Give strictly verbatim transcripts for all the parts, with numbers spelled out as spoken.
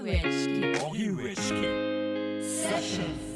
上式荻上式セッション。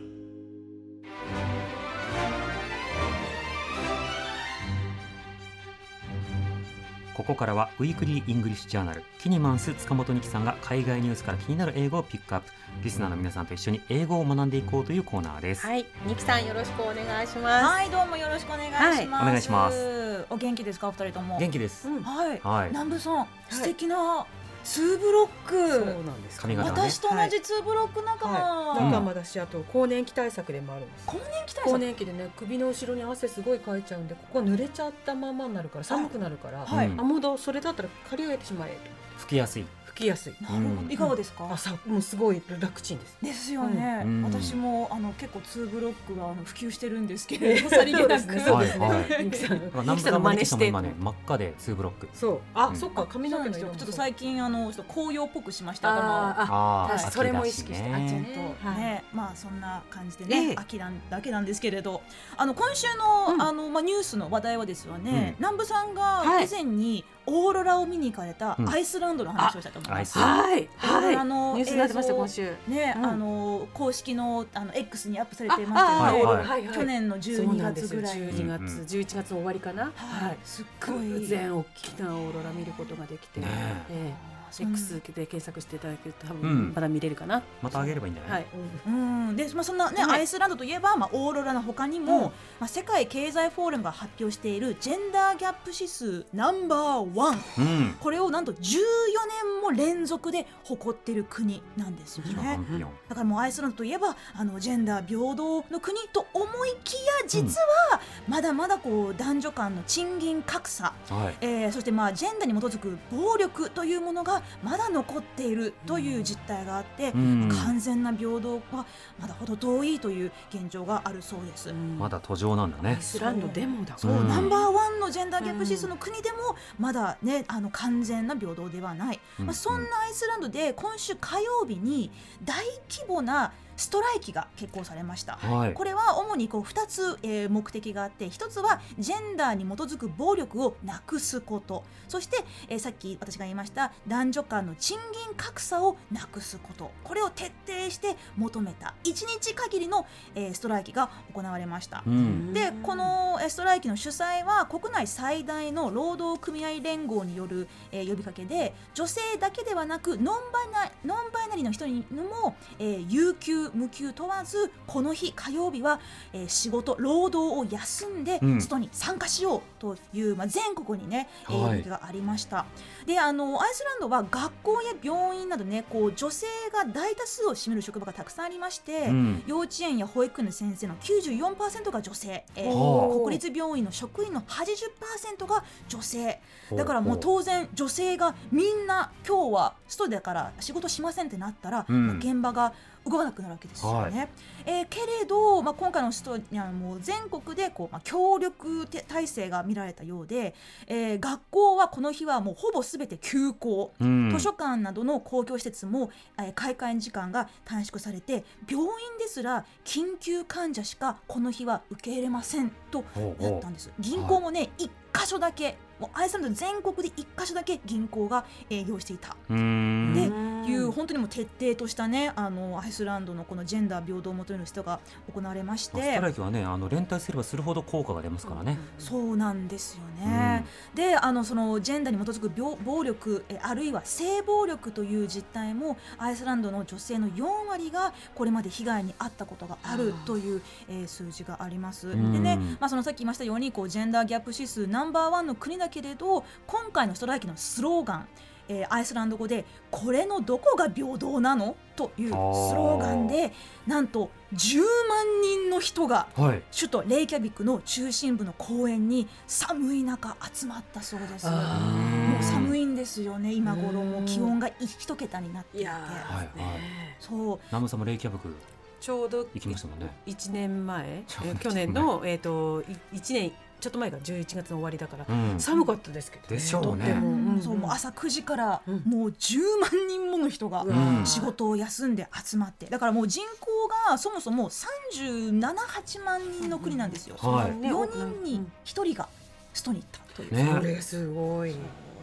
ここからはウィークリーイングリッシュジャーナルキニマンス塚本二木さんが海外ニュースから気になる英語をピックアップ、リスナーの皆さんと一緒に英語を学んでいこうというコーナーです。 はい、二木さんよろしくお願いします。 はい、どうもよろしくお願いします、はい、 お願いします。 お元気ですかお二人とも。 元気です、 うん、はい、はい、南部さん、はい、素敵なツーブロック。 そうなんです、 髪型ね、 私と同じツーブロック仲間、 はい、仲間だし、あと更年期対策でもあるんです。 更年期対策、 更年期でね、首の後ろに汗すごいかいちゃうんで、ここ濡れちゃったままになるから寒くなるから、はい、あ、もうそれだったら刈り上げてしまえと。 拭きやすい拭きやすい。 なるほど、うん、いかがですか。 あ、さ、もうすごい楽ちんですですよね、うん、私もあの結構ツーブロックがあの普及してるんですけれど、 さりげなくそうですね。ニキさん、ニキさんの真似して今ね、真っ赤でツーブロック。 そう、あ、 うん、 そっか、髪の毛の色ちょっと最近あのちょっと紅葉っぽくしました。 ああ、 はい、 それも意識して、 あ、ちょっとね、まあそんな感じでね、秋なんだけなんですけれど、あの今週のあのまあニュースの話題はですよね、南部さんが以前にオーロラを見に行かれたアイスランドの話をしたいと思います。 はい。 はい、あのニュースになってました今週ね、うん、あの公式のあの X にアップされていましたけど、はいはいはい、去年のじゅうにがつぐらい、 じゅうにがつ、じゅういちがつの終わりかな、はい、すっごい全大きなオーロラ見ることができて、ねえー、X で検索していただけると多分まだ見れるかな、うん、 またあげればいいんじゃない、はい、 うん、で、まあ、そんな、ね、アイスランドといえば、まあ、オーロラの他にも、うん、まあ、世界経済フォーラムが発表しているジェンダーギャップ指数ナンバーワン、うん、これをなんとじゅうよねんも連続で誇っている国なんですよね。だからもうアイスランドといえばあのジェンダー平等の国と思いきや、実はまだまだこう男女間の賃金格差、はい、えー、そしてまあジェンダーに基づく暴力というものがまだ残っているという実態があって、うん、完全な平等はまだほど遠いという現状があるそうです、うん、 まだ途上なんだね。 アイスランドでもだ、 そう、うん、ナンバーワンのジェンダーギャップ指数の国でもまだね、あの完全な平等ではない、うん、まあ、そんなアイスランドで今週火曜日に大規模なストライキが決行されました、はい、これは主にこうふたつ、えー、目的があって、ひとつはジェンダーに基づく暴力をなくすこと、そして、えー、さっき私が言いました男女間の賃金格差をなくすこと、これを徹底して求めたいちにち限りの、えー、ストライキが行われました、うん、でこのストライキの主催は国内最大の労働組合連合による、えー、呼びかけで、女性だけではなくノンバイナ、ノンバイナリーの人にも、えー、有給無給問わずこの日火曜日は、えー、仕事労働を休んでストに参加しようという、うん、まあ、全国にね、えー、動きがありました。で、あのアイスランドは学校や病院などね、こう女性が大多数を占める職場がたくさんありまして、うん、幼稚園や保育園の先生の きゅうじゅうよんパーセント が女性、えー、国立病院の職員の はちじゅっパーセント が女性だから、もう当然女性がみんな今日はストだから仕事しませんってなったら、うん、まあ、現場が動かなくなるわけですよね、はい、えー、けれど、まあ、今回のストにはもう全国でこう、まあ、協力体制が見られたようで、えー、学校はこの日はもうほぼ全て休校、うん、図書館などの公共施設も、えー、開館時間が短縮されて、病院ですら緊急患者しかこの日は受け入れませんとなったんです。銀行もね、はい、いっか所だけ、もうアイスランド全国でいっか所だけ銀行が営業していたっていう本当にもう徹底としたね、あのアイスランドのこのジェンダー平等を求める人が行われまして、 ストライキはね、あの連帯すればするほど効果が出ますからね、 うん、そうなんですよね、うん、で、あのそのジェンダーに基づく暴力、えあるいは性暴力という実態もアイスランドの女性のよんわりがこれまで被害に遭ったことがあるという、えー、数字があります、うん、でね、まあ、そのさっき言いましたようにこうジェンダーギャップ指数ナンバーワンの国だけれど、今回のストライキのスローガン、えー、アイスランド語でこれのどこが平等なのというスローガンで、なんとじゅうまんにんの人が首都レイキャビクの中心部の公園に寒い中集まったそうです。もう寒いんですよね、今頃もう気温が一桁になっていて、いや、はいはい、 そう、南部さんもレイキャビクちょうど行きましたもんね。 いちねんまえ、え去年の、えー、といちねんちょっと前がじゅういちがつの終わりだから、うん、寒かったですけど、ね、 でしょうね。 も、うん、そう、もう朝くじからもうじゅうまんにんもの人が仕事を休んで集まって、だからもう人口がそもそもさんじゅうなな、はちまんにんの国なんですよ、うん、はい、よにんにひとりがストに行ったという、 ね、それすごい。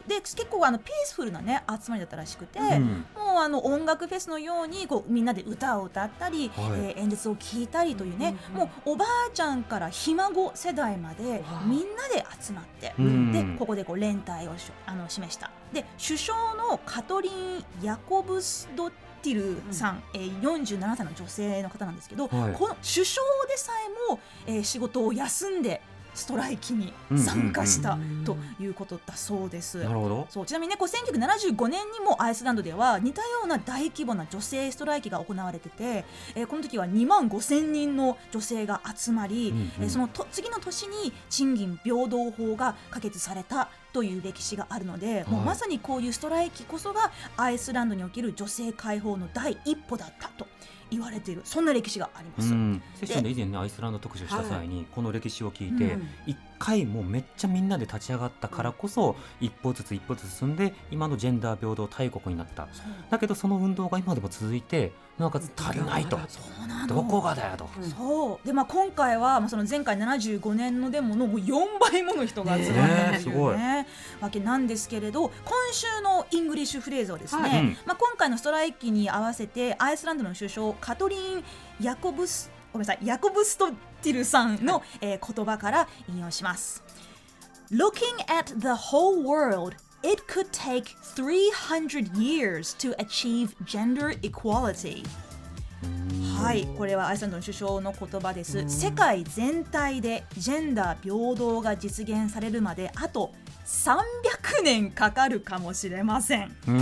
で結構あのピースフルなね集まりだったらしくて、 うん、 もうあの音楽フェスのようにこうみんなで歌を歌ったり、 はい、 えー、演説を聞いたりというね、 うん、 もうおばあちゃんからひ孫世代までみんなで集まって、 うん、 でここでこう連帯をあの示した。で首相のカトリン・ヤコブスドッティルさん、うん、えー、よんじゅうななさいの女性の方なんですけど、はい、この首相でさえも、えー、仕事を休んでストライキに参加したということだそうです。 なるほど。 そう、ちなみにね、こうせんきゅうひゃくななじゅうごねんにもアイスランドでは似たような大規模な女性ストライキが行われてて、えー、この時はにまんごせんにんの女性が集まり、うんうん、えー、そのと次の年に賃金平等法が可決されたという歴史があるので、はい、もうまさにこういうストライキこそがアイスランドにおける女性解放の第一歩だったと言われている、そんな歴史があります。 うん、セッションで以前ねアイスランド特集した際にこの歴史を聞いて、はい、一回もうめっちゃみんなで立ち上がったからこそ一歩ずつ一歩ずつ進んで今のジェンダー平等大国になった。だけどその運動が今でも続いてなおかつ足りないと、 そうなの、 どこがだよと、 うん、そうで、まあ、今回は、まあ、その前回ななじゅうごねんのデモのもうよんばいもの人が集まったという、ね、わけなんですけれど、今週のイングリッシュフレーズはですね、はい、まあ、今回のストライキに合わせてアイスランドの首相カトリン・ヤコブスごめんなさいヤコブストティルさんの、えー、言葉から引用します。 Looking at the whole world, it could take three hundred years to achieve gender equality。はい、これはアイスランドの首相の言葉です。世界全体でジェンダー平等が実現されるまであとさんびゃくねんかかるかもしれません。うん、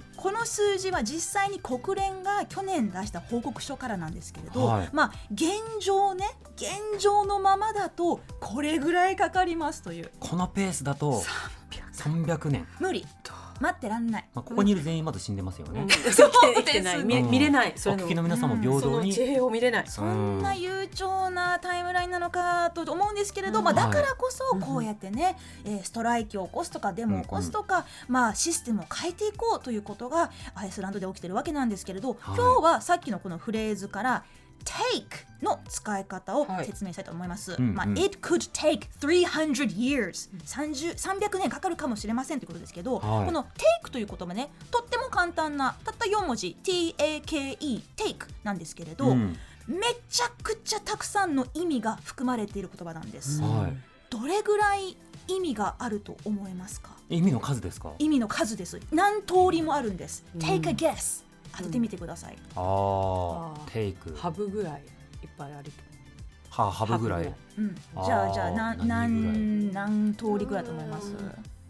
この数字は実際に国連が去年出した報告書からなんですけれど、はい、まあ、現状ね現状のままだとこれぐらいかかりますという。 このペースだとさんびゃくねん無理、待ってらんない、 まあ、ここにいる全員まだ死んでますよね、うん、 そうですね、 見, 見れない、 それのお聞きの皆さんも平等に、 うん、その地平を見れない、 そんな悠長なタイムラインなのかと思うんですけれど、うん、まあ、だからこそこうやってね、はい、えー、ストライキを起こすとかデモを起こすとか、うんうん、まあ、システムを変えていこうということがアイスランドで起きてるわけなんですけれど、はい、今日はさっきのこのフレーズからtake の使い方を説明したいと思います、はい、まあ、It could take three hundred years、 さんびゃくねんかかるかもしれませんということですけど、はい、この take という言葉ね、とっても簡単なたったよんもじ ティーエーケーイー take なんですけれど、うん、めちゃくちゃたくさんの意味が含まれている言葉なんです、はい、どれぐらい意味があると思いますか？ 意味の数ですか？ 意味の数です。何通りもあるんです、うん、Take a guess、当ててみてください、うん、 ああ、テイクハブぐらいいっぱいある、 はあ、ハブぐらい、 うん、じゃあじゃあな何何通りぐらいだと思います？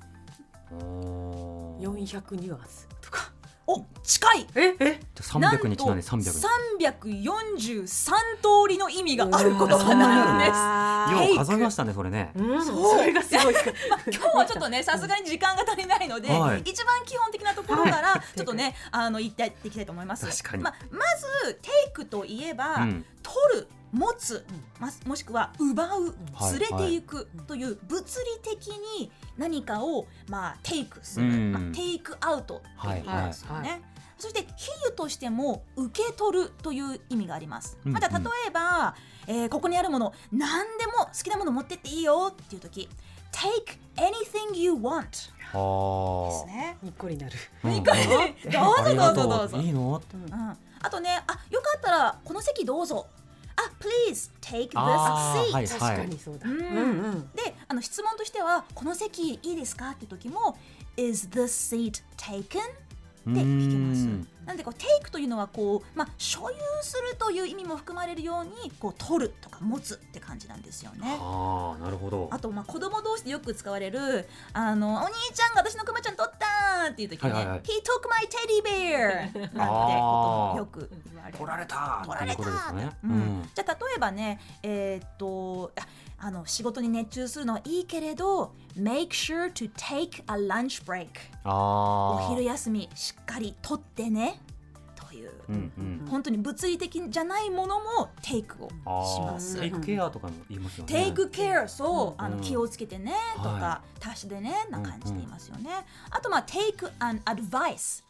よんひゃくニュアンスとか。 お、近い。 ええさんびゃくにちなんでさんびゃくさんびゃくよんじゅうさん通りの意味がある言葉なんです。 よう数えましたね、それね、 うん、それがすごいまあ、今日はちょっとねさすがに時間が足りないので、はい、一番基本的なところからちょっとね、はい、あの言っていきたいと思います。 確かに、 まあ、まずテイクといえば、うん、取る、持つ、もしくは奪う、連れていくという物理的に何かを、まあ、テイクする、まあ、テイクアウトっていう意味ですよね、はいはい、そして比喩としても受け取るという意味があります、うんうん、また例えば、えー、ここにあるもの何でも好きなもの持ってっていいよっていう時 Take anything you want ですね。 にっこりなる、 にっこりなるどうぞどうぞどうぞいいの、 うん、あとね、あ、よかったらこの席どうぞ、あ、please take this seat、 はいはい、 確かにそうだ、うんうんうん、で、あの質問としてはこの席いいですかって時も Is the seat taken? って聞きます。なのでこう take というのはこう、まあ、所有するという意味も含まれるようにこう取るとか持つって感じなんですよね。 ああ、なるほど。 あと、まあ、子供同士でよく使われるあのお兄ちゃんが私のクマちゃん取ったっていう時にね、はいはいはい、He took my teddy bear なんてこともよく言われる。 取られた取られたってことですね、 うんうん、じゃあ例えばね、えー、っとあの仕事に熱中するのはいいけれど Make sure to take a lunch break、 お昼休みしっかり取ってねという、うんうん、本当に物理的じゃないものも take をします。 Take care とかも言いますよね。 Take care、 そう、うん、あの気をつけてねとか、はい、足しでねな感じで言いますよね、うんうん、あとまあ take an advice、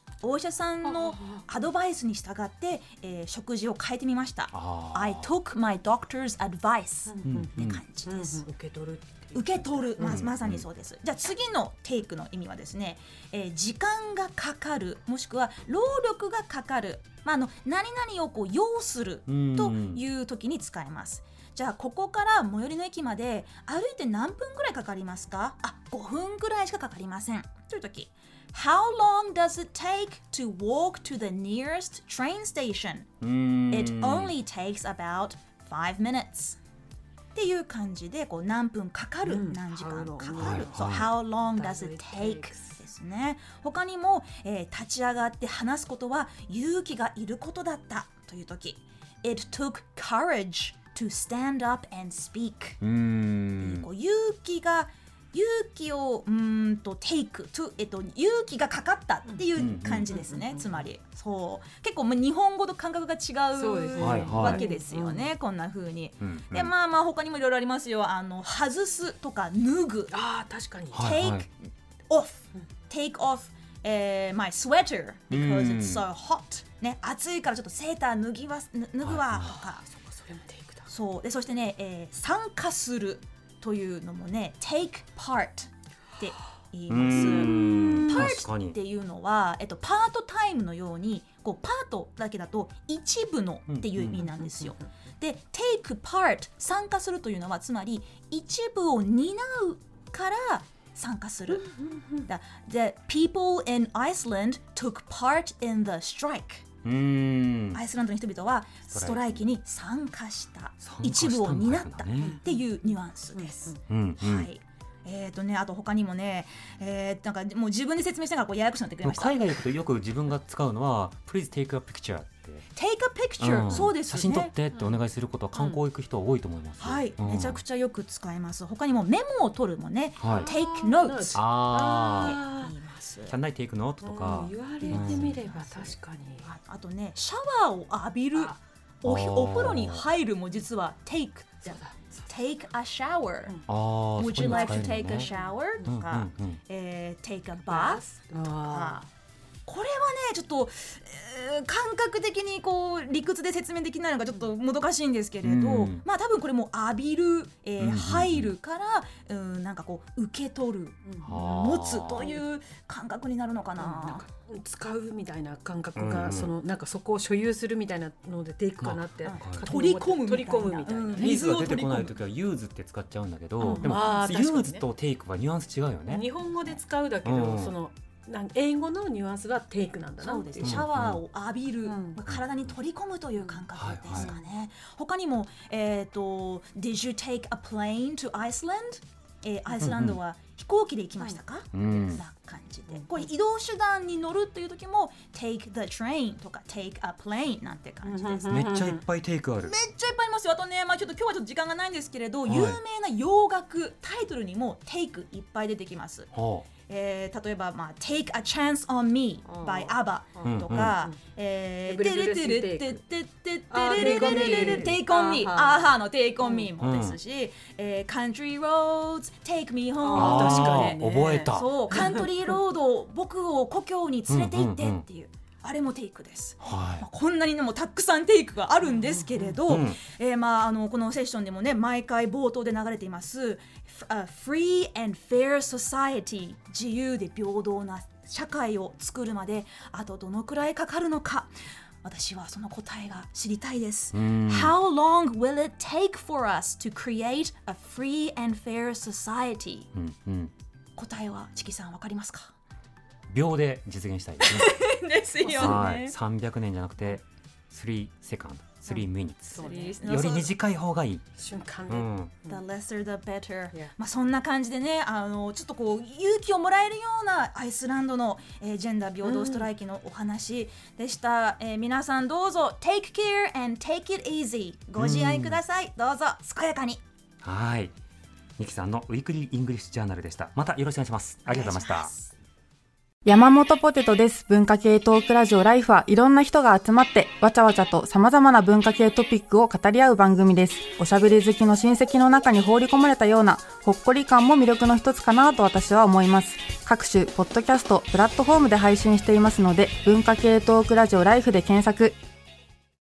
お医者さんのアドバイスに従って、えー、食事を変えてみました。I took my doctor's advice、うん、って感じです、 うんうん、受け取る受け取る、ま, まさにそうです、うん、じゃあ次のテイクの意味はですね、えー、時間がかかるもしくは労力がかかる、まあ、あの何々をこう要するという時に使います。じゃあここから最寄りの駅まで歩いて何分ぐらいかかりますか？あ、ごふんぐらいしかかかりませんという時、How long does it take to walk to the nearest train station? It only takes about five minutes. っていう感じでこう何分かかる、うん、何時間かかる、そう、How long does it take? ですね。他にも、えー、立ち上がって話すことは勇気がいることだったという時、It took courage to stand up and speak. うーん、こう勇気が勇気をうーんと take to、えっと、勇気がかかったっていう感じですね。つまりそう結構日本語と感覚が違うわけですよね、こんな風に、うん、でまあまあ他にもいろいろありますよ。あの外すとか脱ぐ、 あ確かに take off take off、えー、my sweater because it's so hot、ね、暑いからちょっとセーター脱ぎわ脱ぐわとか、 それも take だ。 そうで、そしてね、えー、参加するというのもね take part って言います。part っていうのは、えっと、パートタイムのようにこうパートだけだと一部のっていう意味なんですよ。で take part 参加するというのはつまり一部を担うから参加する。The people in Iceland took part in the strike。うーん、アイスランドの人々はストライキに参加した一部を担ったっていうニュアンスです、うんうん、はい。えーとね、あと他にもね、えー、なんかもう自分で説明しながらこうややこしくなってくれました。 海外行くとよく自分が使うのは Please take a picture って Take a picture、うん、そうですね、 写真撮ってってお願いすることは観光行く人は多いと思います、 うん、はい、うん、めちゃくちゃよく使えます。他にもメモを取るもね、はい、Take notes あって言います。 Can I take note とか、 言われてみれば確かに、うん、 あ, あとねシャワーを浴びる、お, お風呂に入るも実は take じゃtake a shower、うん、Would you like to take a shower、とか、うんうんうん、えー、take a bath とか、これはねちょっと、えー、感覚的にこう理屈で説明できないのがちょっともどかしいんですけれど、うん、まあ多分これも浴びる、えーうんうん、入るから、うん、なんかこう受け取る、うん、持つという感覚になるのかな、うん、なんか使うみたいな感覚が、うん、そのなんかそこを所有するみたいなのでテイクかなって、まあ、 取り込むみたいな、 取り込むみたいな、うん、 水が出てこないときはユーズって使っちゃうんだけど、うん、でもユーズとテイクはニュアンス違うよね。 日本語で使うだけど、うん、そのなん英語のニュアンスはテイクなんだな。 そうです、シャワーを浴びる、うん、体に取り込むという感覚ですかね、はいはい、他にも、えーと、Did you take a plane to Iceland？えー、アイスランドは飛行機で行きましたか、うん、な感じで、これ移動手段に乗るという時も take the train とか take a plane なんて感じです、 ね、めっちゃいっぱいテイクある。 めっちゃいっぱいありますよ。あとね、まあ、ちょっと今日はちょっと時間がないんですけれど、はい、有名な洋楽タイトルにも take いっぱい出てきます、はあ、えー、例えば、まあ、Take a Chance on Me by アバ とか、えー、テレテレテテテテレレレレレ Take on Me、 アハの Take on Me もですし、えー、Country Roads Take Me Home、 確かに覚えた。 そう、カントリーロード僕を故郷に連れて行ってっていう、あれもテイクです、はい。まあ、こんなにもたくさんテイクがあるんですけれど、うん、えーまあ、あのこのセッションでもね毎回冒頭で流れていますuh, Free and Fair Society、 自由で平等な社会を作るまであとどのくらいかかるのか、私はその答えが知りたいです、うん、How long will it take for us to create a free and fair society、うんうん、答えはチキさんわかりますか？ 秒で実現したいですねですよね、はい、 さんびゃくねんじゃなくてさんセカンドさんミニッツ、うんね、より短い方がいい瞬間で、うん、 The lesser the better、yeah. まあ、そんな感じでね、あのちょっとこう勇気をもらえるようなアイスランドの、えー、ジェンダー平等ストライキのお話でした、うん。えー、皆さんどうぞ Take care and take it easy、 ご自愛ください、うん、どうぞ健やかに。 はい、ミキさんのウィークリーイングリッシュジャーナルでした。またよろしくお願いします。ありがとうございました。 山本ポテトです。文化系トークラジオライフはいろんな人が集まってわちゃわちゃと様々な文化系トピックを語り合う番組です。おしゃべり好きの親戚の中に放り込まれたようなほっこり感も魅力の一つかなと私は思います。各種ポッドキャストプラットフォームで配信していますので、文化系トークラジオライフで検索。